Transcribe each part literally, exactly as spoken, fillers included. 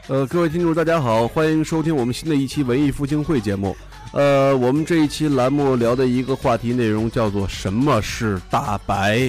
呃，各位听众大家好，欢迎收听我们新的一期文艺复兴会节目。呃，我们这一期栏目聊的一个话题内容叫做什么是大白。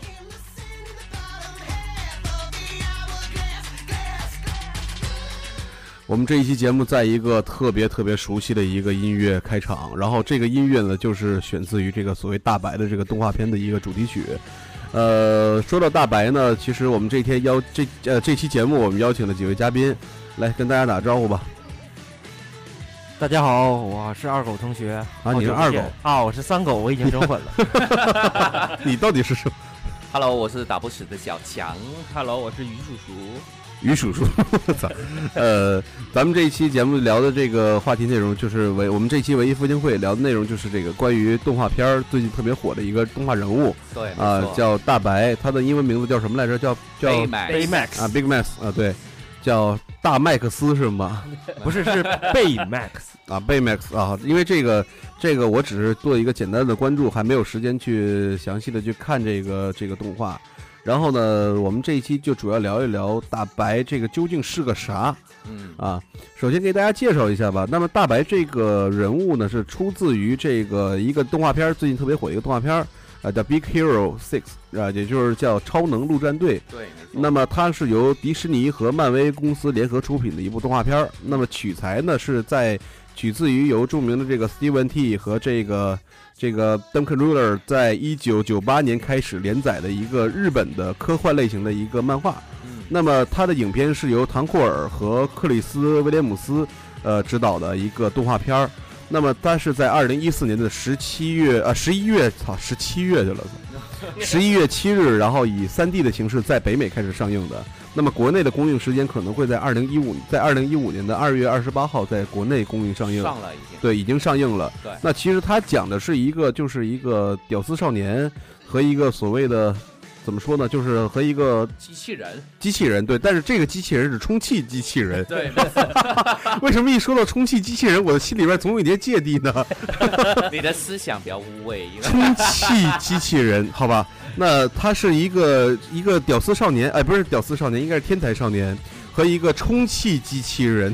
我们这一期节目在一个特别特别熟悉的一个音乐开场，然后这个音乐呢就是选自于这个所谓大白的这个动画片的一个主题曲。呃，说到大白呢，其实我们这天邀这呃这期节目我们邀请了几位嘉宾来跟大家打招呼吧。 大家好，我是二狗同学啊，你是二狗啊？我是三狗，我已经整混了。 你到底是什么 ？Hello， 我是打不死的小强。 Hello， 我是于叔叔。 于叔叔，我操！呃，咱们这一期节目聊的这个话题内容就是为我们这期文艺复兴会聊的内容就是这个关于动画片最近特别火的一个动画人物， 对啊、呃，叫大白，他的英文名字叫什么来着？叫叫 Baymax 啊 ，Big Max 啊，对，叫大麦克斯是吗？ 不是，是贝 Max 啊，贝 Max 啊，因为这个这个我只是做一个简单的关注，还没有时间去详细的去看这个这个动画。然后呢，我们这一期就主要聊一聊大白这个究竟是个啥。 嗯啊，首先给大家介绍一下吧。那么大白这个人物呢，是出自于这个一个动画片，最近特别火的一个动画片，啊，叫《Big Hero Six》啊，也就是叫《超能陆战队》。 对。 那么它是由迪士尼和漫威公司联合出品的一部动画片。那么取材呢是在取自于由著名的这个 Steven T 和这个。这个 Duncan Ruler 在一九九八年开始连载的一个日本的科幻类型的一个漫画。 嗯， 那么它的影片是由唐库尔和克里斯威廉姆斯呃执导的一个动画片儿。那么它是在二零一四年的十七月呃十一月操十七月去了，十一月七日，然后以 三 D 的形式在北美开始上映的。那么国内的公映时间可能会在二零一五在二零一五年的二月二十八号在国内公映上映。 上了已经。 对，已经上映了。 对。 那其实它讲的是一个就是一个屌丝少年和一个所谓的怎么说呢，就是和一个机器人。 机器人对，但是这个机器人是充气机器人。 对。 为什么一说到充气机器人，我的心里边总有一些芥蒂呢？ 你的思想比较无味。 充气机器人，好吧。那他是一个一个屌丝少年，哎，不是屌丝少年，应该是天才少年和一个充气机器人。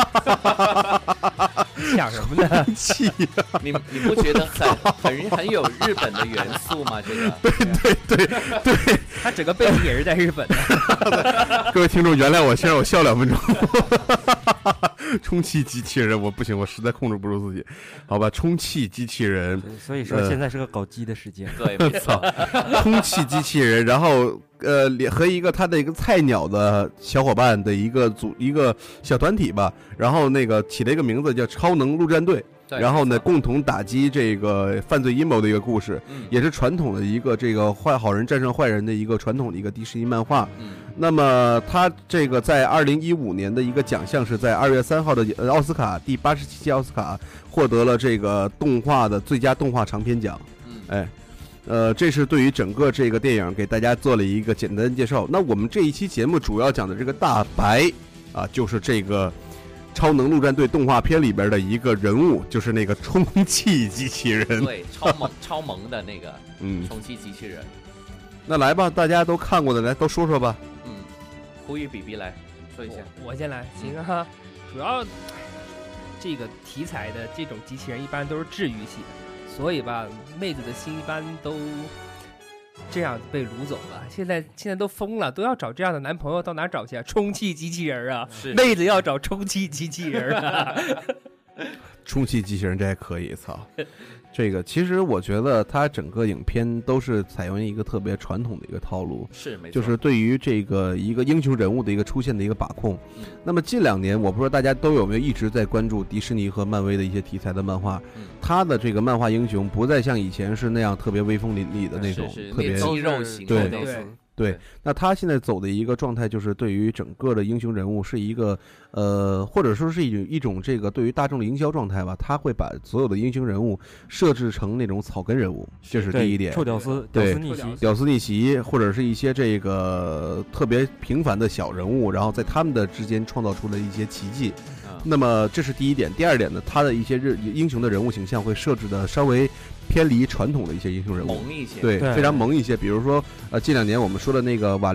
想什么呢？ 充气、啊， 你你不觉得很很很有日本的元素吗？这个。 对对对对， 他整个背景也是在日本的。 各位听众原谅我，先让我笑两分钟。充气机器人，我不行，我实在控制不住自己，好吧？充气机器人， 所以说现在是个搞基的时间。 呃、对，没错。 充气机器人，然后呃，和一个他的一个菜鸟的小伙伴的一个组一个小团体吧，然后那个起了一个名字叫超能陆战队。然后呢，共同打击这个犯罪阴谋的一个故事， 嗯、 也是传统的一个这个坏好人战胜坏人的一个传统的一个迪士尼漫画。 嗯， 那么他这个在二零一五年的一个奖项是在二月三号的奥斯卡第八十七届奥斯卡获得了这个动画的最佳动画长片奖。 嗯， 哎，呃，这是对于整个这个电影给大家做了一个简单的介绍。那我们这一期节目主要讲的这个大白啊，就是这个。超能陆战队动画片里边的一个人物，就是那个充气机器人。 对，超萌超萌的那个， 嗯， 充气机器人。 那来吧，大家都看过的，来都说说吧。 嗯，呼吁比比来说一下。 我, 我先来，行啊。主要这个题材的这种机器人一般都是治愈系的，所以吧，妹子的心一般都这样被掳走了。现在现在都疯了，都要找这样的男朋友，到哪找去啊？充气机器人啊，妹子要找充气机器人啊。 充气机器人这还可以，操！这个其实我觉得它整个影片都是采用一个特别传统的一个套路， 是没错， 就是对于这个一个英雄人物的一个出现的一个把控。 嗯、 那么近两年，我不知道大家都有没有一直在关注迪士尼和漫威的一些题材的漫画， 嗯、 它的这个漫画英雄不再像以前是那样特别威风凛凛的那种， 是是特别肌肉型的那种。 对，那他现在走的一个状态就是对于整个的英雄人物是一个呃，或者说是一种一种这个对于大众的营销状态吧，他会把所有的英雄人物设置成那种草根人物，这是第一点。 臭屌丝，屌丝逆袭， 屌丝逆袭，或者是一些这个特别平凡的小人物，然后在他们的之间创造出了一些奇迹。那么这是第一点。第二点呢，他的一些日英雄的人物形象会设置的稍微偏离传统的一些英雄人物， 萌一些， 对，非常萌一些。比如说，呃，近两年我们说的那个瓦力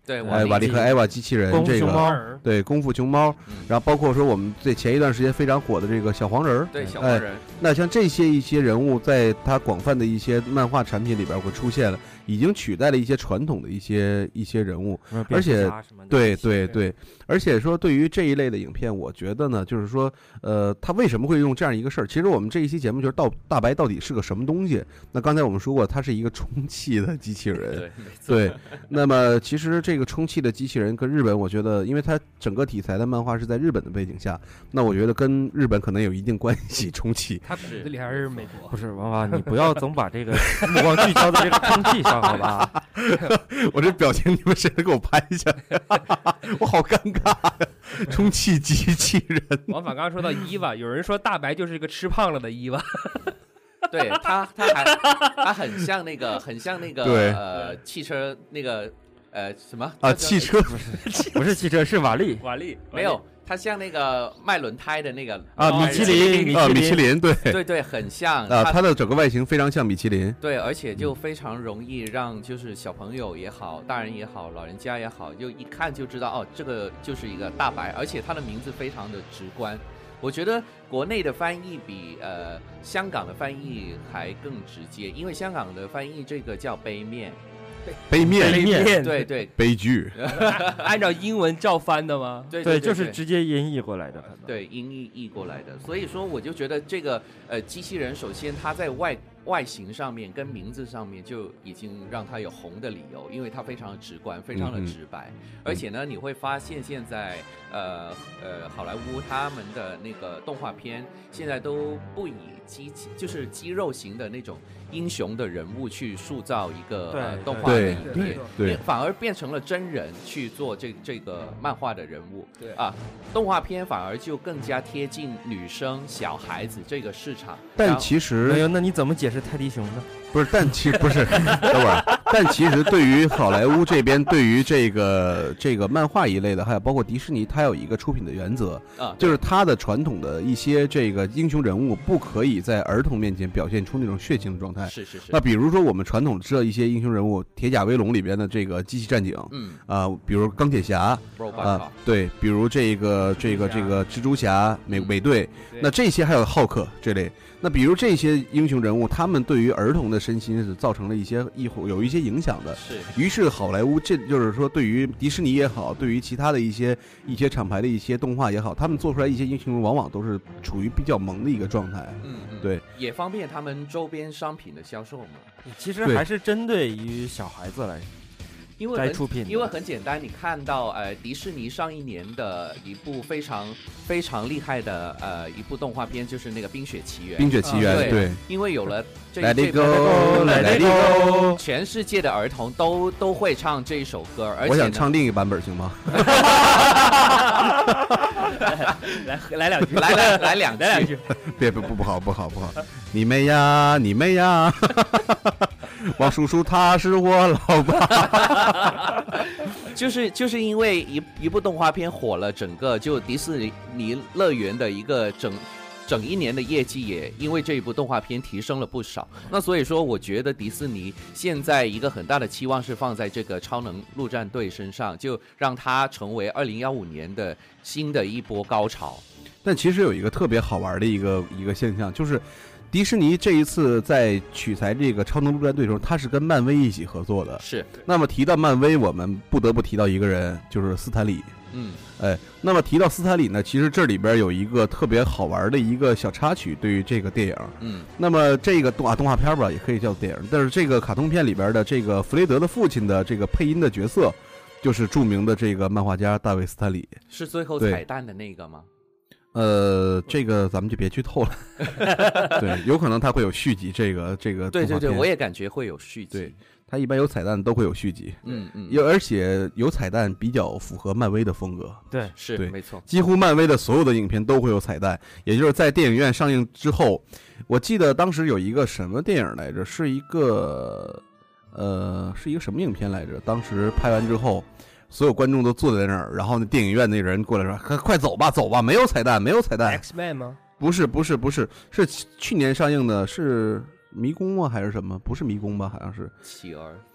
对， 哎，瓦力和艾娃机器人这个，对，功夫熊猫，然后包括说我们最前一段时间非常火的这个小黄人， 对，小黄人。 那像这些一些人物，在它广泛的一些漫画产品里边会出现了，已经取代了一些传统的一些一些人物，而且对对对，而且说对于这一类的影片，我觉得呢，就是说，呃，他为什么会用这样一个事儿？其实我们这一期节目就是到大白到底是个什么东西？那刚才我们说过，它是一个充气的机器人， 对， 对。那么其实这个充气的机器人跟日本，我觉得，因为它整个题材的漫画是在日本的背景下，那我觉得跟日本可能有一定关系。充气， 它骨子里还是美国。 不是王娃，你不要总把这个目光聚焦在这个充气上，好吧？ 我这表情，你们谁能给我拍一下？我好尴尬呀！充气机器人。 王法刚刚说到伊娃，有人说大白就是一个吃胖了的伊娃。 对他，他还他很像那个，很像那个呃汽车那个呃什么啊？汽车不是不是汽车，是瓦力瓦力没有。它像那个卖轮胎的那个啊，米其林啊，米其林，对对对，很像啊，它的整个外形非常像米其林， 对，而且就非常容易让就是小朋友也好，大人也好，老人家也好，就一看就知道哦，这个就是一个大白，而且它的名字非常的直观。我觉得国内的翻译比呃香港的翻译还更直接，因为香港的翻译这个叫杯面。 杯面， 杯面， 对对， 悲剧。 按照英文照翻的吗？ 对对， 就是直接音译过来的。 对，音译译过来的。所以说，我就觉得这个呃机器人，首先它在外外形上面跟名字上面就已经让它有红的理由，因为它非常的直观，非常的直白。嗯、而且呢，你会发现现在呃呃好莱坞他们的那个动画片现在都不以机器就是肌肉型的那种英雄的人物去塑造一个呃动画的影片， 对， 反而变成了真人去做这这个漫画的人物， 对啊，动画片反而就更加贴近女生、小孩子这个市场。 但其实， 哎呦，那你怎么解释泰迪熊呢？ 不是，但其实不是，等会儿。但其实对于好莱坞这边，对于这个这个漫画一类的，还有包括迪士尼，它有一个出品的原则， 啊， 就是它的传统的一些这个英雄人物不可以在儿童面前表现出那种血腥的状态。 是是是。 那比如说我们传统知道一些英雄人物，《铁甲威龙》里边的这个机器战警， 嗯啊、呃，比如钢铁侠啊、呃，对，比如这个这个这个蜘蛛侠、美美队，那这些还有浩克这类。那比如这些英雄人物，他们对于儿童的身心是造成了一些有一些影响的。 是。 于是好莱坞这就是说，对于迪士尼也好，对于其他的一些一些厂牌的一些动画也好，他们做出来一些英雄人物往往都是处于比较萌的一个状态。 嗯嗯。 对， 也方便他们周边商品的销售嘛。 其实还是针对于小孩子来。 因为很因为很简单，你看到呃迪士尼上一年的一部非常非常厉害的呃一部动画片，就是那个《冰雪奇缘》。 冰雪奇缘， 对， 对， 因为有了这 Let it go, Let it go， 全世界的儿童都都会唱这一首歌，而且我想唱另一个版本行吗？ 来来两句， 来来来两来两句， 别不不不好不好不好，你妹呀你妹呀！王叔叔他是我老爸， 就是就是因为一一部动画片火了，整个就迪士尼乐园的一个整整一年的业绩也因为这一部动画片提升了不少。那所以说，我觉得迪士尼现在一个很大的期望是放在这个超能陆战队身上，就让它成为二零一五年的新的一波高潮。 但其实有一个特别好玩的一个一个现象，就是迪士尼这一次在取材这个超能陆战队的时候，它是跟漫威一起合作的。 是。 那么提到漫威，我们不得不提到一个人，就是斯坦李。 嗯， 哎，那么提到斯坦李呢，其实这里边有一个特别好玩的一个小插曲，对于这个电影。 嗯， 那么这个动画动画片吧，也可以叫电影，但是这个卡通片里边的这个弗雷德的父亲的这个配音的角色，就是著名的这个漫画家大卫斯坦李。 是最后彩蛋的那个吗？ 呃，这个咱们就别剧透了。对，有可能他会有续集。这个这个， 对对对，我也感觉会有续集。 对，他一般有彩蛋都会有续集。 嗯嗯， 有而且有彩蛋比较符合漫威的风格。 对， 是对， 没错。 几乎漫威的所有的影片都会有彩蛋，也就是在电影院上映之后，我记得当时有一个什么电影来着，是一个呃，是一个什么影片来着？当时拍完之后。所有观众都坐在那儿，然后那电影院那人过来说：“快快走吧，走吧，没有彩蛋，没有彩蛋。” X-Men 吗？ 不是，不是，不是，是去年上映的，是迷宫吗？还是什么？不是迷宫吧？好像是企鹅。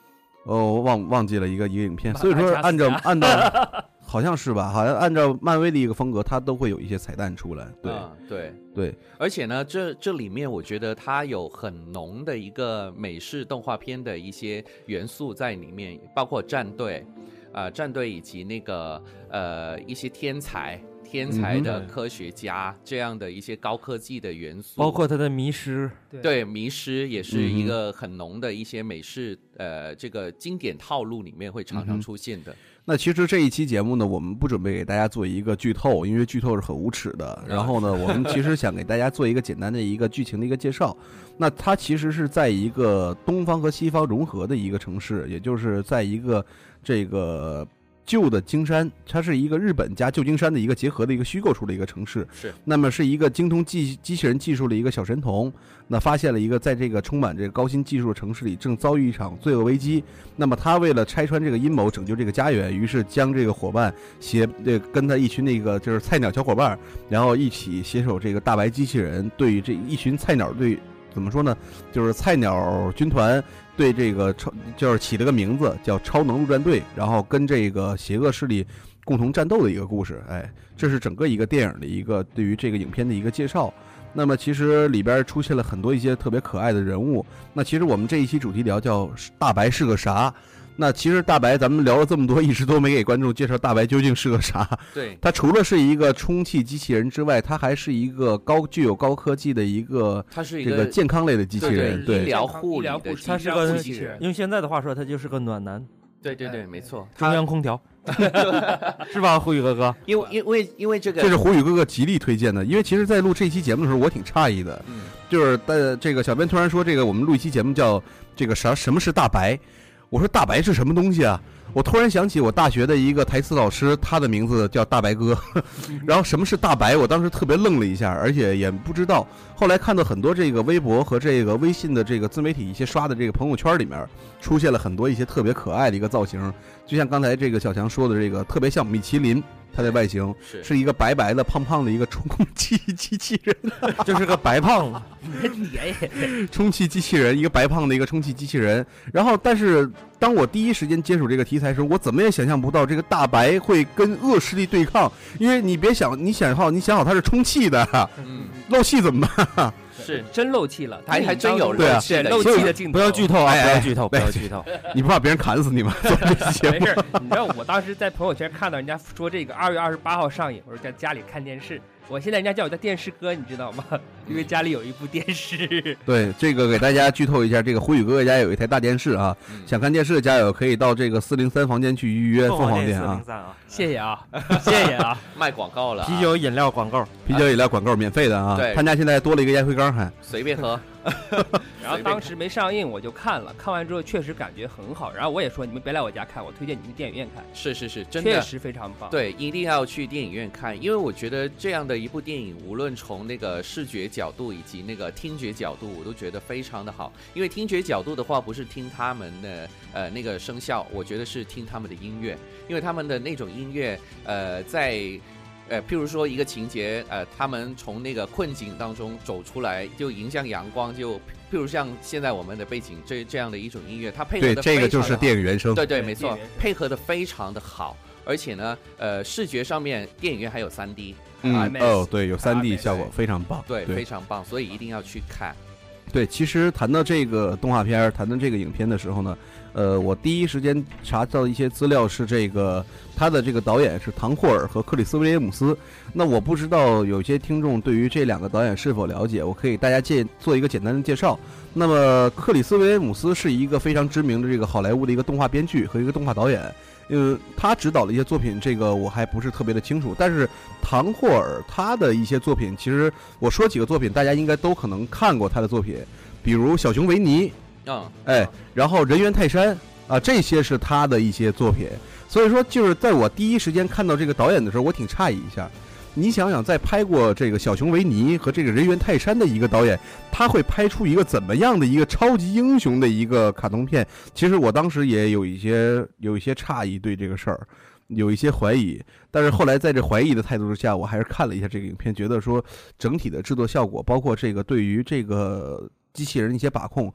哦，我忘忘记了一个一个影片，所以说按照按照好像是吧，好像按照漫威的一个风格，它都会有一些彩蛋出来。对、 嗯、对对， 而且呢，这这里面我觉得它有很浓的一个美式动画片的一些元素在里面，包括战队，啊、呃，战队以及那个呃一些天才。天才的科学家、嗯、这样的一些高科技的元素， 包括他的迷失， 对, 对迷失也是一个很浓的一些美式、嗯、呃这个经典套路里面会常常出现的。 嗯、那其实这一期节目呢，我们不准备给大家做一个剧透，因为剧透是很无耻的。然后呢，我们其实想给大家做一个简单的一个剧情的一个介绍。那它其实是在一个东方和西方融合的一个城市，也就是在一个这个。旧的金山，它是一个日本加旧金山的一个结合的一个虚构出的一个城市。 是， 那么是一个精通机机器人技术的一个小神童，那发现了一个在这个充满这个高新技术的城市里正遭遇一场罪恶危机。那么他为了拆穿这个阴谋，拯救这个家园，于是将这个伙伴携这跟他一群那个就是菜鸟小伙伴，然后一起携手这个大白机器人，对于这一群菜鸟队怎么说呢？就是菜鸟军团。对这个超就是起了个名字叫超能陆战队，然后跟这个邪恶势力共同战斗的一个故事。哎，这是整个一个电影的一个对于这个影片的一个介绍。那么其实里边出现了很多一些特别可爱的人物。那其实我们这一期主题聊叫大白是个啥？那其实大白咱们聊了这么多，一直都没给观众介绍大白究竟是个啥。 对， 它除了是一个充气机器人之外，它还是一个高具有高科技的一个， 它是一个这个健康类的机器人， 对，医疗护理的， 它是个机器人。用现在的话说，它就是个暖男。 对对对，没错， 中央空调。是吧，胡宇哥哥？ 因为因为因为这个， 这是胡宇哥哥极力推荐的。因为其实，在录这期节目的时候，我挺诧异的， 嗯、 就是呃，这个小编突然说，这个我们录一期节目叫这个啥什么是大白？我说大白是什么东西啊？我突然想起我大学的一个台词老师，他的名字叫大白哥。然后什么是大白？我当时特别愣了一下，而且也不知道。后来看到很多这个微博和这个微信的这个自媒体一些刷的这个朋友圈里面，出现了很多一些特别可爱的一个造型，就像刚才这个小强说的，这个特别像米其林。它的外形是, 是一个白白的胖胖的一个充气机器人， 就是个白胖子， 充气机器人，一个白胖的一个充气机器人。然后，但是当我第一时间接触这个题材时，我怎么也想象不到这个大白会跟恶势力对抗，因为你别想，你想好，你想好它是充气的， 嗯， 漏气怎么办？ 是真漏气了， 还还真有漏气的漏气的镜头， 不要剧透啊！ 哎、 不要剧透，不要剧透， 你不怕别人砍死你吗？ 没事，你知道我当时在朋友圈看到人家说这个二月二十八号上映，我说在家里看电视。我现在人家叫我叫电视哥，你知道吗？因为家里有一部电视。 对，这个给大家剧透一下，这个胡宇哥哥家有一台大电视啊，嗯、想看电视的家友可以到这个四零三房间去预约凤凰店啊。 啊谢谢啊，谢谢啊， 卖广告了、啊， 啤酒饮料广告， 啤酒饮料广告免费的啊。 对， 他家现在多了一个烟灰缸，还随便喝。 然后当时没上映，我就看了，看完之后确实感觉很好。然后我也说你们别来我家看，我推荐你们去电影院看。 是是是，真的确实非常棒。 对，一定要去电影院看，因为我觉得这样的一部电影，无论从那个视觉角度以及那个听觉角度，我都觉得非常的好。因为听觉角度的话，不是听他们的呃那个声效，我觉得是听他们的音乐，因为他们的那种音乐，呃，在。呃，譬如说一个情节，呃，他们从那个困境当中走出来，就迎向阳光，就譬如像现在我们的背景这这样的一种音乐，它配合的对，这个就是电影原声， 对对，没错，配合的非常的好，而且呢，呃，视觉上面电影院还有 三 D， 嗯，哦，对，有 三 D 效果非常棒， 对，非常棒，所以一定要去看。 对，其实谈到这个动画片，谈到这个影片的时候呢，呃，我第一时间查到一些资料是这个他的这个导演是唐霍尔和克里斯威廉姆斯。那我不知道有些听众对于这两个导演是否了解，我可以大家介做一个简单的介绍。那么克里斯威廉姆斯是一个非常知名的这个好莱坞的一个动画编剧和一个动画导演。呃，他指导的一些作品，这个我还不是特别的清楚。但是唐霍尔他的一些作品，其实我说几个作品，大家应该都可能看过他的作品，比如《小熊维尼》 啊， 哎，然后《人猿泰山》啊，这些是他的一些作品。所以说，就是在我第一时间看到这个导演的时候，我挺诧异一下。你想想，在拍过这个《小熊维尼》和这个《人猿泰山》的一个导演，他会拍出一个怎么样的一个超级英雄的一个卡通片？其实我当时也有一些有一些诧异，对这个事儿有一些怀疑。但是后来在这怀疑的态度之下，我还是看了一下这个影片，觉得说整体的制作效果，包括这个对于这个机器人一些把控，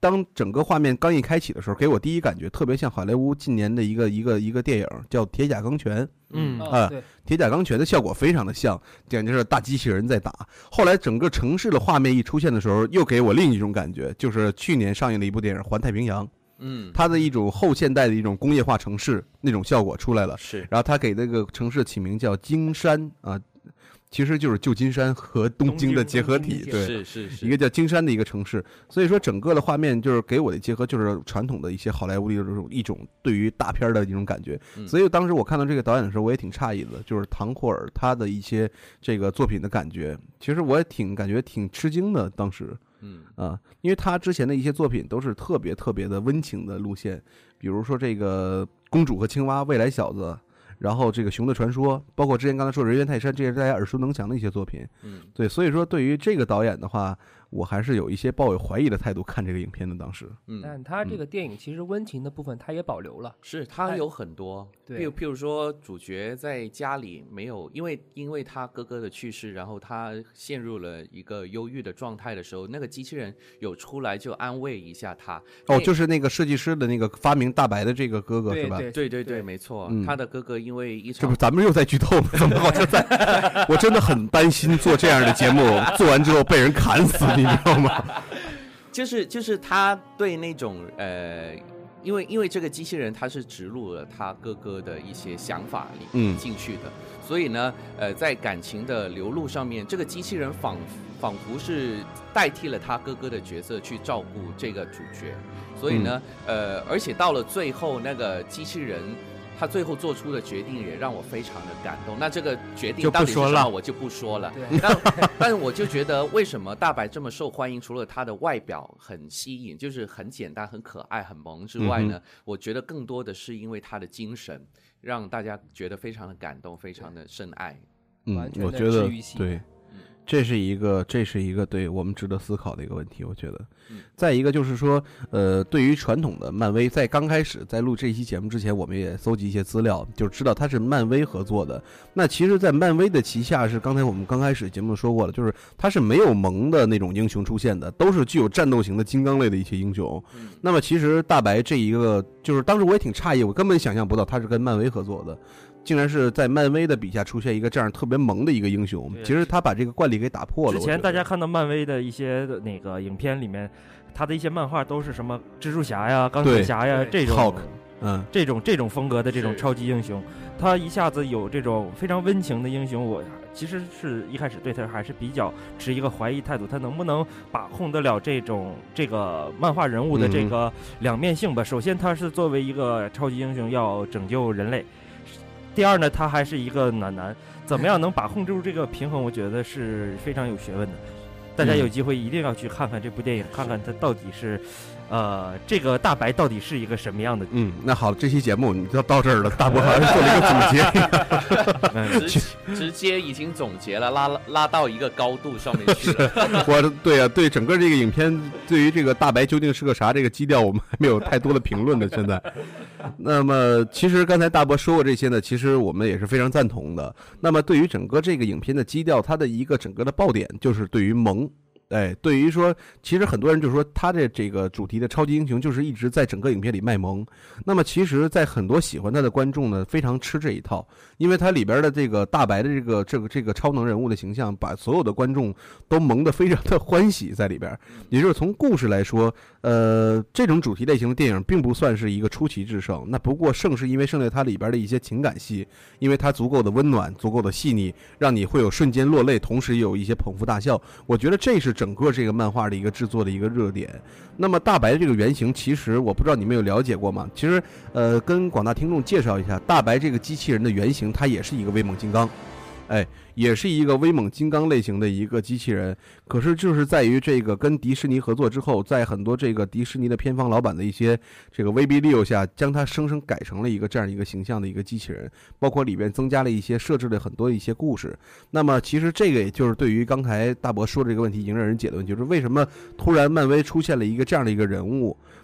当整个画面刚一开启的时候，给我第一感觉特别像好莱坞近年的一个一个一个电影叫《铁甲钢拳》。 嗯啊，铁甲钢拳的效果非常的像，简直是大机器人在打。后来整个城市的画面一出现的时候，又给我另一种感觉，就是去年上映的一部电影《环太平洋》。 嗯， 它的一种后现代的一种工业化城市那种效果出来了。 是， 然后他给这个城市起名叫金山啊。其实就是旧金山和东京的结合体，对， 是是是， 一个叫金山的一个城市，所以说整个的画面就是给我的结合，就是传统的一些好莱坞的一种对于大片的一种感觉。 嗯、 所以当时我看到这个导演的时候，我也挺诧异的，就是唐霍尔他的一些这个作品的感觉，其实我也挺感觉挺吃惊的，当时， 嗯啊，因为他之前的一些作品都是特别特别的温情的路线，比如说这个公主和青蛙、未来小子。然后这个熊的传说，包括之前刚才说人猿泰山，这是大家耳熟能详的一些作品。 嗯， 对，所以说对于这个导演的话，我还是有一些抱有怀疑的态度看这个影片的。当时， 嗯， 但他这个电影其实温情的部分他也保留了， 是他有很多， 对， 譬如譬如说主角在家里没有，因为因为他哥哥的去世，然后他陷入了一个忧郁的状态的时候，那个机器人有出来就安慰一下他。 哦，就是那个设计师的那个发明大白的这个哥哥是吧？ 对对对对，没错，嗯、他的哥哥因为一场， 这不咱们又在剧透吗？怎么好像在？我真的很担心做这样的节目，做完之后被人砍死，你知道吗？ 就是就是他对那种呃，因为因为这个机器人他是植入了他哥哥的一些想法里嗯进去的，嗯、所以呢，呃，在感情的流露上面，这个机器人仿仿佛是代替了他哥哥的角色去照顾这个主角，所以呢，嗯、呃，而且到了最后那个机器人。他最后做出的决定也让我非常的感动。那这个决定到底是什么，我就不说了。但但我就觉得，为什么大白这么受欢迎？除了他的外表很吸引，就是很简单、很可爱、很萌之外呢，嗯、我觉得更多的是因为他的精神，让大家觉得非常的感动，非常的深爱。 嗯，我觉得对。这是一个，这是一个对我们值得思考的一个问题，我觉得。再一个就是说，呃，对于传统的漫威，在刚开始在录这期节目之前，我们也搜集一些资料，就知道它是漫威合作的。那其实，在漫威的旗下是刚才我们刚开始节目说过了，就是它是没有萌的那种英雄出现的，都是具有战斗型的金刚类的一些英雄。那么其实大白这一个，就是当时我也挺诧异，我根本想象不到他是跟漫威合作的。竟然是在漫威的笔下出现一个这样特别萌的一个英雄，其实他把这个惯例给打破了。 之前大家看到漫威的一些那个影片里面，他的一些漫画都是什么蜘蛛侠呀、钢铁侠呀这种， Hulk， 嗯， 这种这种风格的这种超级英雄，他一下子有这种非常温情的英雄，我其实是一开始对他还是比较持一个怀疑态度，他能不能把控得了这种这个漫画人物的这个两面性吧？嗯、首先，他是作为一个超级英雄要拯救人类。第二呢，他还是一个暖男，怎么样能把控住这个平衡？我觉得是非常有学问的。大家有机会一定要去看看这部电影，看看它到底是，呃，这个大白到底是一个什么样的？ 嗯，那好，这期节目你就到这儿了，大伯好像做了一个总结，直直接已经总结了，拉拉到一个高度上面去了。 我对啊，对整个这个影片，对于这个大白究竟是个啥这个基调，我们还没有太多的评论的。现在，那么其实刚才大伯说过这些呢，其实我们也是非常赞同的。那么对于整个这个影片的基调，它的一个整个的爆点就是对于萌。哎，对于说，其实很多人就说他的这个主题的超级英雄就是一直在整个影片里卖萌。那么其实，在很多喜欢他的观众呢，非常吃这一套，因为他里边的这个大白的这个这个这个超能人物的形象，把所有的观众都萌得非常的欢喜在里边。也就是从故事来说，呃，这种主题类型的电影并不算是一个出奇制胜，那不过胜是因为胜在它里边的一些情感戏，因为它足够的温暖，足够的细腻，让你会有瞬间落泪，同时也有一些捧腹大笑。我觉得这是整个这个漫画的一个制作的一个热点。那么大白这个原型，其实我不知道你们有了解过吗？其实，呃，跟广大听众介绍一下，大白这个机器人的原型，它也是一个威猛金刚，哎，也是一个威猛金刚类型的一个机器人。可是就是在于这个跟迪士尼合作之后，在很多这个迪士尼的片方老板的一些这个威逼利诱下，将它生生改成了一个这样一个形象的一个机器人，包括里边增加了一些设置了很多一些故事。那么其实这个也就是对于刚才大伯说的这个问题迎刃而解的问题，就是为什么突然漫威出现了一个这样的一个人物。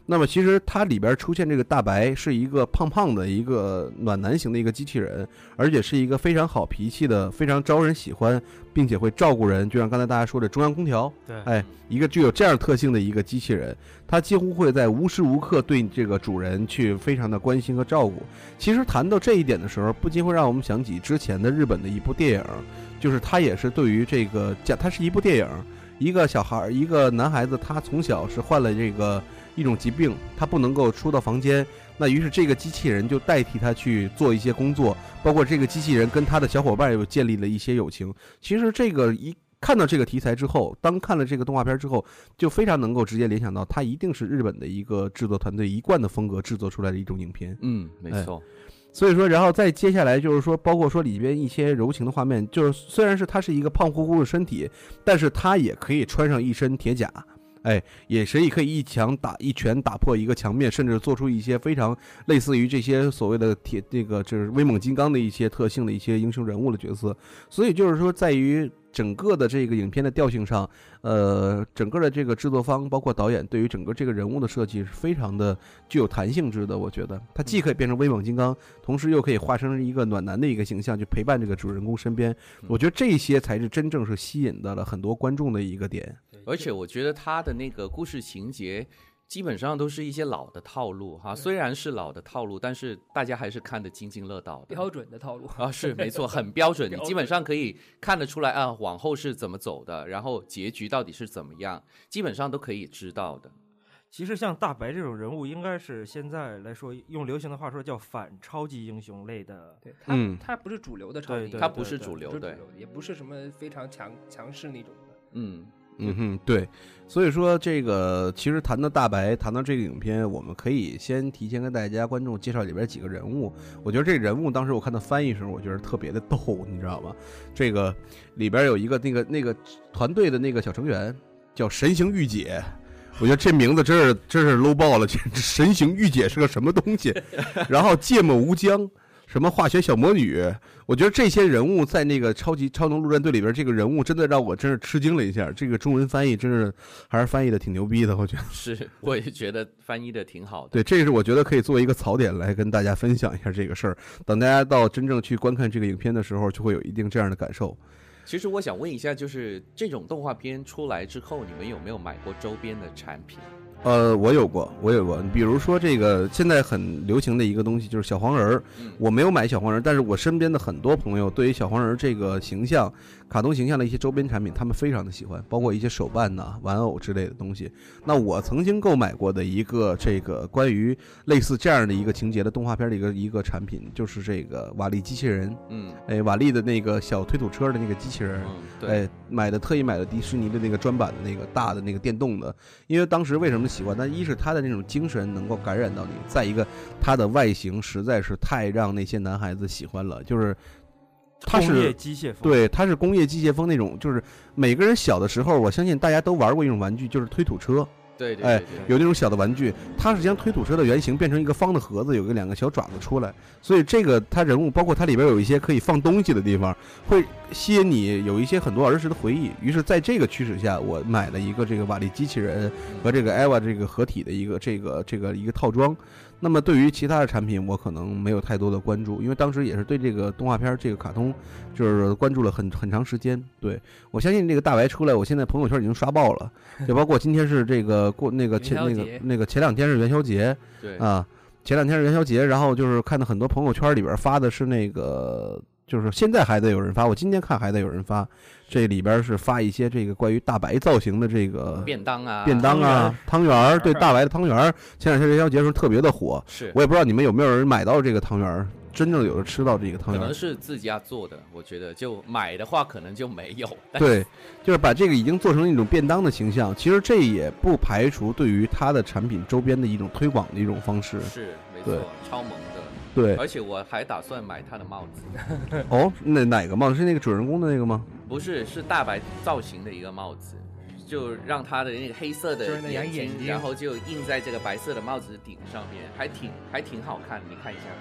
那么其实它里边出现这个大白是一个胖胖的一个暖男型的一个机器人，而且是一个非常好脾气的，非常招人喜欢，并且会照顾人，就像刚才大家说的中央空调， 对， 哎，一个具有这样特性的一个机器人，它几乎会在无时无刻对这个主人去非常的关心和照顾。其实谈到这一点的时候，不禁会让我们想起之前的日本的一部电影，就是它也是对于这个讲，它是一部电影，一个小孩，一个男孩子，他从小是患了这个一种疾病，他不能够出到房间，那于是这个机器人就代替他去做一些工作，包括这个机器人跟他的小伙伴又建立了一些友情。其实这个一看到这个题材之后，当看了这个动画片之后，就非常能够直接联想到它一定是日本的一个制作团队一贯的风格制作出来的一种影片。 嗯，没错。 哎，所以说，然后再接下来就是说，包括说里边一些柔情的画面，就是虽然是他是一个胖乎乎的身体，但是他也可以穿上一身铁甲，哎，也谁也可以一枪打一拳打破一个墙面，甚至做出一些非常类似于这些所谓的铁这个就是威猛金刚的一些特性的一些英雄人物的角色。所以就是说，在于整个的这个影片的调性上，呃，整个的这个制作方包括导演对于整个这个人物的设计是非常的具有弹性质的。我觉得它既可以变成威猛金刚，同时又可以化身一个暖男的一个形象去陪伴这个主人公身边。我觉得这些才是真正是吸引到了很多观众的一个点。 而且我觉得他的那个故事情节基本上都是一些老的套路哈，虽然是老的套路，但是大家还是看得津津乐道的， 标准的套路啊，是没错，很标准，你基本上可以看得出来啊，往后是怎么走的，然后结局到底是怎么样，基本上都可以知道的。 其实像大白这种人物，应该是现在来说，用流行的话说叫反超级英雄类的。 对，他、 嗯、 他不是主流的超级英雄， 他不是主流， 对，也不是什么非常强强势那种的。 嗯。 嗯哼，对，所以说这个其实谈到大白，谈到这个影片，我们可以先提前跟大家观众介绍里边几个人物。我觉得这个人物当时我看到翻译时候，我觉得特别的逗，你知道吗？这个里边有一个那个那个团队的那个小成员叫神行御姐。我觉得这名字真是真是 low 爆了，这神行御姐是个什么东西？然后芥末无疆。什么化学小魔女，我觉得这些人物在那个超级超能陆战队里边，这个人物真的让我真是吃惊了一下。这个中文翻译真是还是翻译的挺牛逼的，我觉得是，我也觉得翻译的挺好的。 对，这是我觉得可以作为一个槽点来跟大家分享一下这个事儿。等大家到真正去观看这个影片的时候，就会有一定这样的感受。 其实我想问一下，就是这种动画片出来之后，你们有没有买过周边的产品？ 呃，我有过，我有过。比如说这个现在很流行的一个东西就是小黄人儿， 嗯、 我没有买小黄人，但是我身边的很多朋友对于小黄人这个形象、卡通形象的一些周边产品，他们非常的喜欢，包括一些手办呐、玩偶之类的东西。那我曾经购买过的一个这个关于类似这样的一个情节的动画片的一个一个产品，就是这个瓦力机器人。 嗯， 哎，瓦力的那个小推土车的那个机器人， 嗯、对， 哎，买的特意买的迪士尼的那个专版的那个大的那个电动的，因为当时为什么喜欢？但一是它的那种精神能够感染到你，再一个它的外形实在是太让那些男孩子喜欢了，就是它是工业机械风， 对，它是工业机械风那种，就是每个人小的时候，我相信大家都玩过一种玩具，就是推土车。 对对对对， 哎，有那种小的玩具，它是将推土车的原型变成一个方的盒子，有个两个小爪子出来，所以这个它人物包括它里边有一些可以放东西的地方，会吸引你有一些很多儿时的回忆。于是在这个驱使下，我买了一个这个瓦力机器人和这个艾娃这个合体的一个这个这个一个套装。那么对于其他的产品，我可能没有太多的关注，因为当时也是对这个动画片这个卡通就是关注了很很长时间。对，我相信这个大白出来，我现在朋友圈已经刷爆了，就包括今天是这个过那个前那个那个前两天是元宵节， 对啊，前两天是元宵节，然后就是看到很多朋友圈里边发的是那个，就是现在还得有人发，我今天看还得有人发，这里边是发一些这个关于大白造型的这个便当啊， 便当啊，汤圆儿，对，大白的汤圆儿，前两天元宵节的时候特别的火， 是我也不知道你们有没有人买到这个汤圆儿，真正有的吃到这个汤圆， 可能是自家做的，我觉得就买的话可能就没有。 对，就是把这个已经做成一种便当的形象，其实这也不排除对于它的产品周边的一种推广的一种方式。 是，没错，超萌的。 对， 而且我还打算买他的帽子。 哦，那哪个帽子？是那个主人公的那个吗？ 不是，是大白造型的一个帽子，就让他的那个黑色的眼睛，然后就印在这个白色的帽子顶上面，还挺还挺好看，你看一下。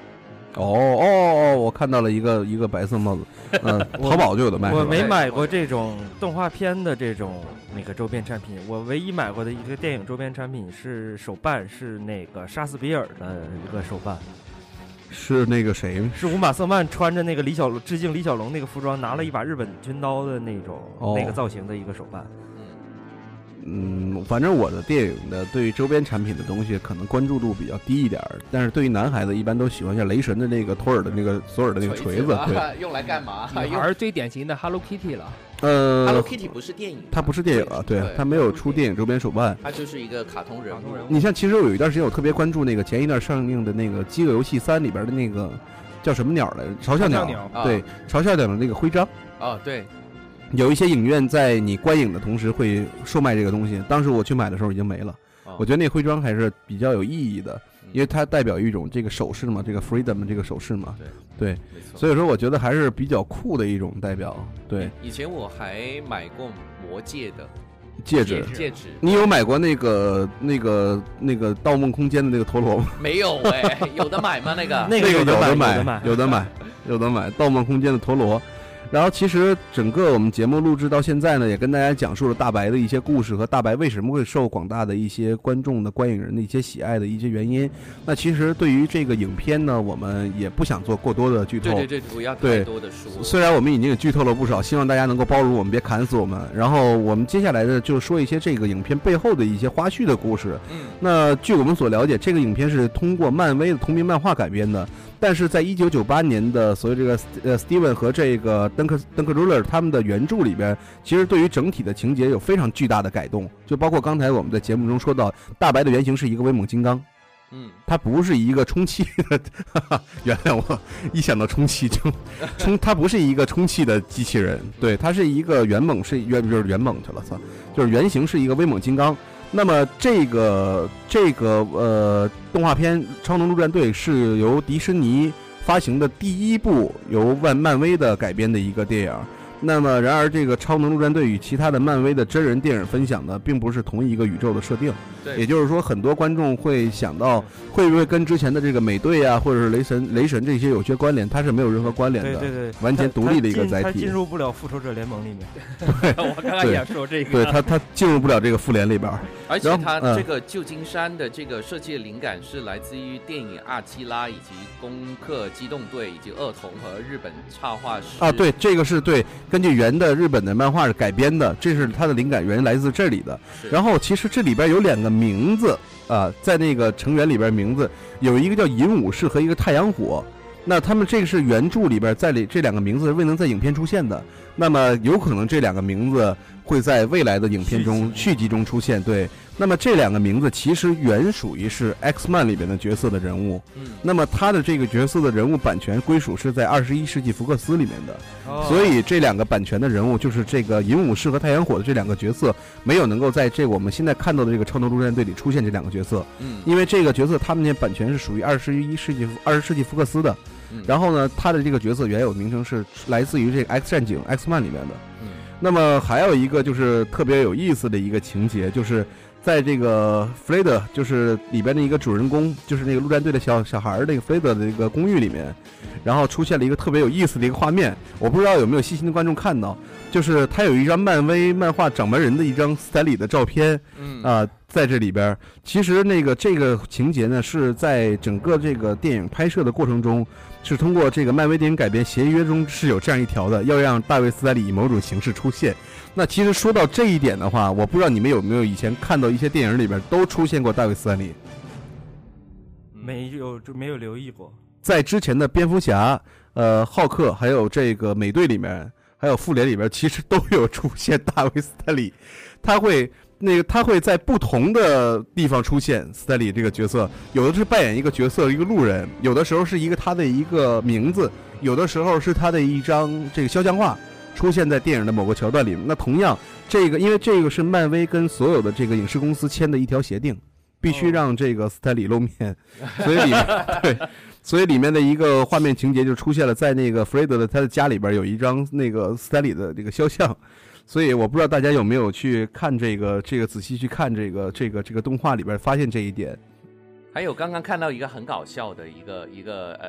哦哦哦，我看到了一个一个白色帽子，嗯，淘宝就有的卖。 我没买过这种动画片的这种那个周边产品，我唯一买过的一个电影周边产品是手办，是那个杀死比尔的一个手办。 是那个谁？ 是吴马瑟曼穿着那个李小龙致敬李小龙那个服装，拿了一把日本军刀的那种、哦、那个造型的一个手办。 嗯，反正我的电影的对于周边产品的东西可能关注度比较低一点，但是对于男孩子一般都喜欢像雷神的那个托尔的那个索尔的那个锤子， 对，用来干嘛？ 女孩最典型的 Hello Kitty 了。 呃 ，Hello Kitty 不是电影， 它不是电影啊，对，它没有出电影周边手办， 它就是一个卡通人物。 你像，其实我有一段时间我特别关注那个前一段上映的那个《饥饿游戏三》里边的那个叫什么鸟来着？嘲笑鸟， 鸟对，嘲笑鸟的那个徽章。 哦，对。 有一些影院在你观影的同时会售卖这个东西，当时我去买的时候已经没了。哦、我觉得那徽章还是比较有意义的，因为它代表一种这个手势嘛，这个 freedom 这个手势嘛。对，对，所以说我觉得还是比较酷的一种代表。对， 以前我还买过魔戒的戒指， 戒指。 你有买过那个那个那个《盗梦空间》的那个陀螺吗？ 没有哎、欸，有的买吗？那个那个有的买， 有的买，有的买，《盗梦空间》的陀螺。然后其实整个我们节目录制到现在呢，也跟大家讲述了大白的一些故事和大白为什么会受广大的一些观众的观影人的一些喜爱的一些原因。那其实对于这个影片呢，我们也不想做过多的剧透， 对对对，不要太多的说。 虽然我们已经也剧透了不少，希望大家能够包容我们，别砍死我们。然后我们接下来的就说一些这个影片背后的一些花絮的故事。 嗯， 那据我们所了解，这个影片是通过漫威的同名漫画改编的。但是在一九九八年的所谓这个呃 Steven 和这个登克登克 Ruler 他们的原著里边，其实对于整体的情节有非常巨大的改动，就包括刚才我们在节目中说到，大白的原型是一个威猛金刚， 嗯， 它不是一个充气的，哈哈，原谅我，一想到充气就充，它不是一个充气的机器人，对，它是一个元猛，是元就是元猛去了，算，就是原型是一个威猛金刚。那么这个这个呃动画片《超能陆战队》是由迪士尼发行的第一部由漫漫威的改编的一个电影。那么然而这个《超能陆战队》与其他的漫威的真人电影分享的并不是同一个宇宙的设定， 对， 也就是说很多观众会想到会不会跟之前的这个美队啊或者是雷神雷神这些有些关联，它是没有任何关联的， 对对对， 完全独立的一个载体， 它进入不了复仇者联盟里面。 对， 我刚刚也说这个， 对它它进入不了这个复联里边， 而且它这个旧金山的这个设计的灵感是来自于电影《阿基拉》以及《攻克机动队》以及恶童和日本插画师啊，对，这个是对。根据原的日本的漫画是改编的，这是它的灵感源来自这里的。然后其实这里边有两个名字啊，在那个成员里边名字有一个叫银武士和一个太阳火。那他们这个是原著里边在里这两个名字未能在影片出现的，那么有可能这两个名字会在未来的影片中续集中出现。对，那么这两个名字其实原属于是 X-Men 里边的角色的人物， 嗯， 那么他的这个角色的人物版权归属是在二十一世纪福克斯里面的， 哦， 所以这两个版权的人物就是这个银武士和太阳火的这两个角色没有能够在这个我们现在看到的这个超能陆战队里出现这两个角色， 嗯， 因为这个角色他们那版权是属于二十一世纪二十世纪福克斯的。然后呢，他的这个角色原有名称是来自于这个 X 战警 X-Men 里面的。 嗯， 那么还有一个就是特别有意思的一个情节，就是在这个弗雷德，就是里边的一个主人公，就是那个陆战队的小小孩那个弗雷德的这个公寓里面，然后出现了一个特别有意思的一个画面，我不知道有没有细心的观众看到，就是他有一张漫威漫画掌门人的一张斯坦李的照片， 嗯啊、呃，在这里边，其实那个这个情节呢是在整个这个电影拍摄的过程中。是通过这个漫威电影改编协约中是有这样一条的，要让大卫斯坦李以某种形式出现。那其实说到这一点的话，我不知道你们有没有以前看到一些电影里边都出现过大卫斯坦李？ 没有，就没有留意过。 在之前的蝙蝠侠、呃浩克，还有这个美队里面，还有复联里边，其实都有出现大卫斯坦李，他会。那个他会在不同的地方出现，斯坦李这个角色，有的是扮演一个角色，一个路人，有的时候是一个他的一个名字，有的时候是他的一张这个肖像画出现在电影的某个桥段里。那同样，这个因为这个是漫威跟所有的这个影视公司签的一条协定，必须让这个斯坦李露面，所以里面对，所以里面的一个画面情节就出现了，在那个弗雷德的他的家里边有一张那个斯坦李的这个肖像。所以我不知道大家有没有去看这个这个仔细去看这个这个这个动画里边发现这一点。 还有刚刚看到一个很搞笑的一个一个呃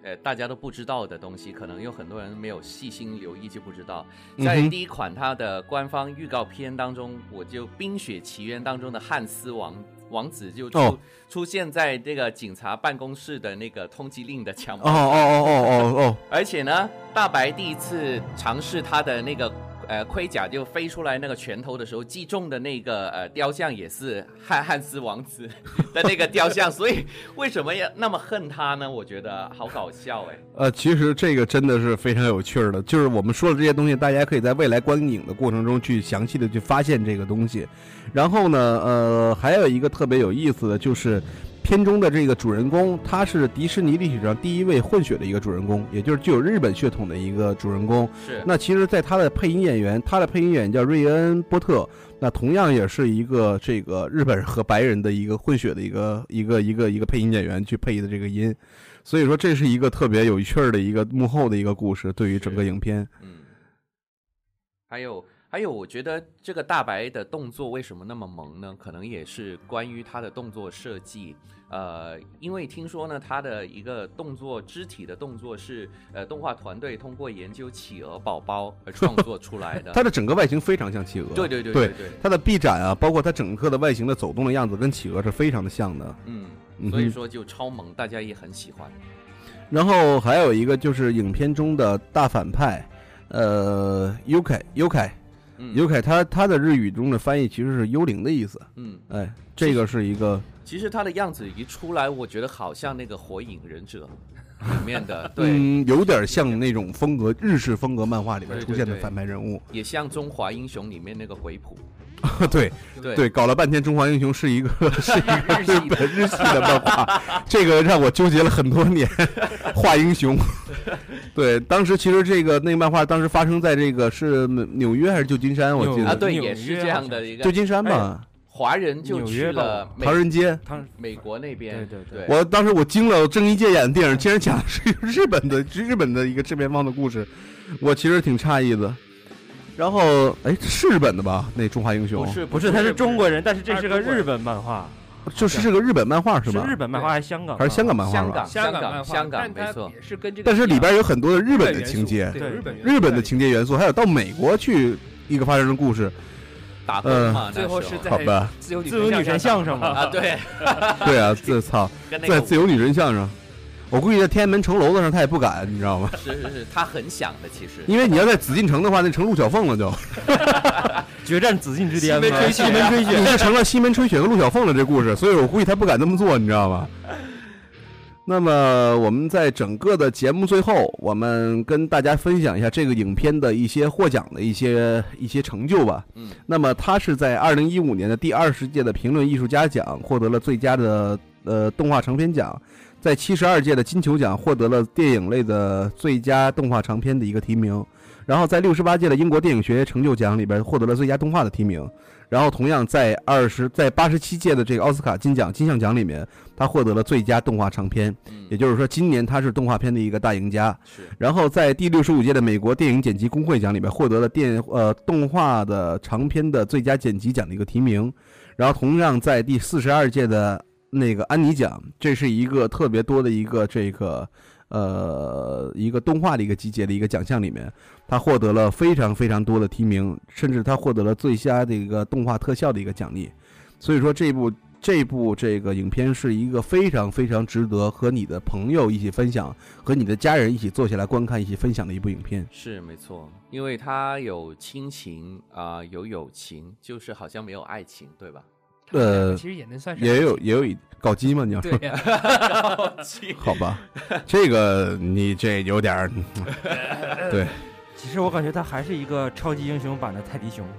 呃大家都不知道的东西，可能有很多人没有细心留意就不知道。 嗯、 在第一款它的官方预告片当中，我就《冰雪奇缘》当中的汉斯王王子就出、哦、出现在这个警察办公室的那个通缉令的墙面。 哦哦哦哦哦哦！ 而且呢，大白第一次尝试他的那个。呃，盔甲就飞出来那个拳头的时候，击中的那个呃雕像也是汉汉斯王子的那个雕像，所以为什么要那么恨他呢？我觉得好搞笑哎。 呃，其实这个真的是非常有趣的，就是我们说的这些东西，大家可以在未来观影的过程中去详细的去发现这个东西。然后呢，呃，还有一个特别有意思的就是。片中的这个主人公，他是迪士尼历史上第一位混血的一个主人公，也就是具有日本血统的一个主人公。 是。 那其实，在他的配音演员，他的配音演员叫瑞恩·波特，那同样也是一个这个日本人和白人的一个混血的一个一个一个一个配音演员去配的这个音，所以说这是一个特别有趣的一个幕后的一个故事，对于整个影片。 嗯。还有。还有，我觉得这个大白的动作为什么那么萌呢？可能也是关于他的动作设计。呃，因为听说呢，他的一个动作肢体的动作是呃动画团队通过研究企鹅宝宝而创作出来的。 它的整个外形非常像企鹅。 对对对对对， 它的臂展啊，包括它整个的外形的走动的样子，跟企鹅是非常的像的。 嗯，所以说就超萌，大家也很喜欢。 然后还有一个就是影片中的大反派，呃 ，Yukai Yukai。尤凯他他的日语中的翻译其实是幽灵的意思。 嗯， 哎，这个是一个。 其实他的样子一出来，我觉得好像那个火影忍者里面的，对， 嗯，有点像那种风格日式风格漫画里面出现的反派人物， 对对对，也像中华英雄里面那个鬼谱。 对对对，搞了半天中华英雄是一个是一个日本日系的漫画，这个让我纠结了很多年。画英雄，对，当时其实这个那个漫画当时发生在这个是纽约还是旧金山？我记得啊，对，也是这样的一个旧金山吧。 华人就去了唐人街， 美国那边。 对对对， 我当时我惊了，郑伊健演的电影竟然讲的是日本的日本的一个制片方的故事，我其实挺诧异的。然后，哎，是日本的吧？那中华英雄不是不是，他是中国人，但是这是个日本漫画， 就是是个日本漫画是吧？ 是日本漫画还是香港？ 还是香港漫画？ 香港香港漫画， 香港没错。 也是跟这个， 但是里边有很多的日本的情节， 对日本日本的情节元素，还有到美国去一个发生的故事。 打工嘛， 最后是在好吧自由自由女神相声嘛啊，对对啊，这操，在自由女神相声。我估计在天安门城楼子上他也不敢，你知道吗？ 是是是，他很想的，其实。 因为你要在紫禁城的话，那成陆小凤了就。 决战紫禁之巅， 西门吹雪， 西门吹雪， 你就成了西门吹雪和陆小凤了这故事，所以我估计他不敢这么做，你知道吗？那么我们在整个的节目最后，我们跟大家分享一下这个影片的一些获奖的一些一些成就吧。 嗯， 那么它是在二零一五年的第二十届的评论艺术家奖获得了最佳的呃动画长片奖，在七十二届的金球奖获得了电影类的最佳动画长片的一个提名，然后在六十八届的英国电影学成就奖里边获得了最佳动画的提名。然后同样在二十在八十七届的这个奥斯卡金奖金像奖里面，他获得了最佳动画长片，也就是说今年他是动画片的一个大赢家。 是。 然后在第六十五届的美国电影剪辑工会奖里面获得了电呃动画的长片的最佳剪辑奖的一个提名。然后同样在第四十二届的那个安妮奖，这是一个特别多的一个这个呃一个动画的一个集结的一个奖项里面，他获得了非常非常多的提名，甚至他获得了最佳的一个动画特效的一个奖励。所以说这部这部这个影片是一个非常非常值得和你的朋友一起分享，和你的家人一起坐下来观看一起分享的一部影片。 是没错，因为它有亲情啊、呃，有友情，就是好像没有爱情，对吧？ 呃， 其实也能算是也有也有搞基吗？你要说， 对呀搞基好吧，这个你这有点儿，对。 其实我感觉他还是一个超级英雄版的泰迪熊。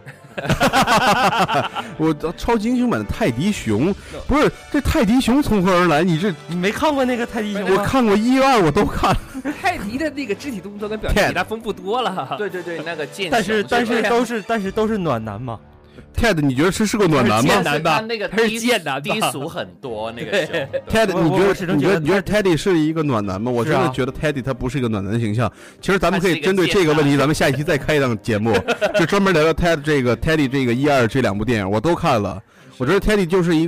我超级英雄版的泰迪熊，不是这泰迪熊从何而来？你这你没看过那个泰迪熊吗？ 我看过一二，我都看了。 泰迪的那个肢体动作跟表情比他丰富多了。 对对对，那个剑， 但是但是都是但是都是暖男嘛。 Ted， 你觉得这是个暖男吗？ 贱男吧， 那个他是贱男， 低俗很多那个熊。 Ted， 你觉得你觉得你觉得 Teddy 是一个暖男吗？我真的啊觉得 Teddy 他不是一个暖男的形象。其实咱们可以针对这个问题，咱们下一期再开一档节目，就专门聊聊 Ted 这个 Teddy 这个一二这两部电影，我都看了。我觉得 Teddy 就是一个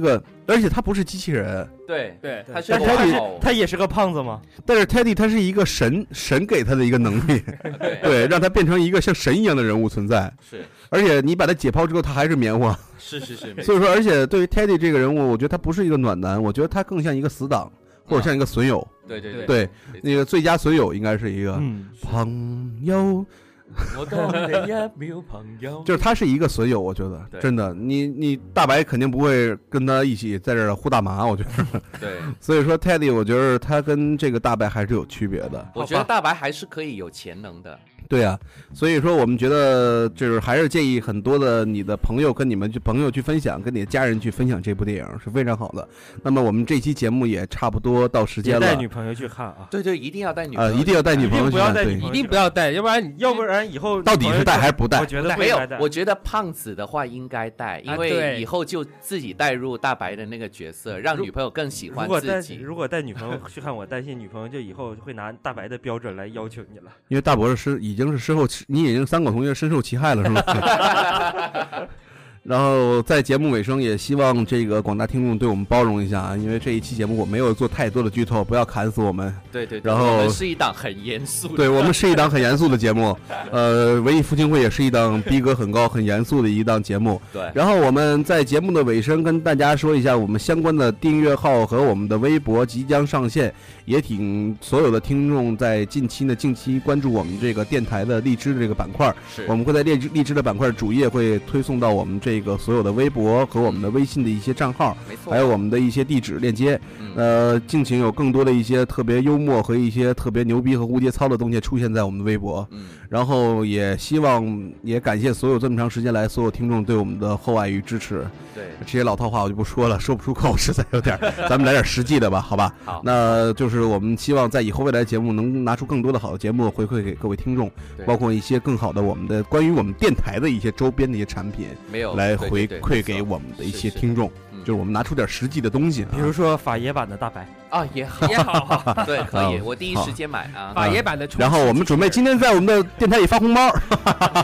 而且他不是机器人， 对对， 他是但他是个玩偶， 他也是个胖子吗？ 但是 Teddy 他是一个神神给他的一个能力，对，让他变成一个像神一样的人物存在。 是而且你把他解剖之后，他还是棉花。 是是是， 所以说，而且对于 Teddy 这个人物，我觉得他不是一个暖男，我觉得他更像一个死党，或者像一个损友。 对对对，那个最佳损友应该是一个嗯， 朋友。 我当你也没有朋友， 就是他是一个损友，我觉得真的，你你大白肯定不会跟他一起在这儿呼大麻，我觉得。 对， 所以说 Teddy， 我觉得他跟这个大白还是有区别的。 我觉得大白还是可以有潜能的。 对啊，所以说我们觉得就是还是建议很多的你的朋友跟你们去朋友去分享，跟你的家人去分享这部电影是非常好的。那么我们这期节目也差不多到时间了， 带女朋友去看啊！ 对对，一定要带女朋友， 呃，一定要带女朋友去看，对， 一定不要带，要不然你要不然以后到底是带还是不带？ 我觉得没有，我觉得胖子的话应该带，因为以后就自己带入大白的那个角色，让女朋友更喜欢自己。 如果带女朋友去看，我担心女朋友就以后会拿大白的标准来要求你了。 因为大博士是已经是事后你已经三狗同学深受其害了，是吗？然后在节目尾声，也希望这个广大听众对我们包容一下啊，因为这一期节目我没有做太多的剧透，不要砍死我们。 对对， 然后我们是一档很严肃的， 对我们是一档很严肃的节目。呃，文艺复兴会也是一档逼格很高、很严肃的一档节目。 对。 然后我们在节目的尾声跟大家说一下，我们相关的订阅号和我们的微博即将上线，也请所有的听众在近期呢，近期关注我们这个电台的荔枝的这个板块。 是。 我们会在荔枝荔枝的板块主页会推送到我们这个所有的微博。博和我们的微信的一些账号， 没错， 还有我们的一些地址链接， 嗯、 呃，敬请有更多的一些特别幽默和一些特别牛逼和无节操的东西出现在我们的微博。 嗯， 然后也希望也感谢所有这么长时间来所有听众对我们的厚爱与支持。 对， 这些老套话我就不说了，说不出口，实在有点，咱们来点实际的吧，好吧？ 好， 那就是我们希望在以后未来节目能拿出更多的好的节目回馈给各位听众，包括一些更好的我们的关于我们电台的一些周边的一些产品， 没有来回馈给我们的一些听众，就是我们拿出点实际的东西， 比如说法爷版的大白啊，也好也好， 对，可以，我第一时间买啊， 法爷版的。 然后我们准备今天在我们的电台里发红包。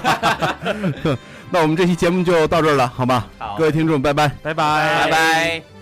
那我们这期节目就到这儿了，好吧？ 好， 各位听众，拜拜， 拜拜， 拜拜。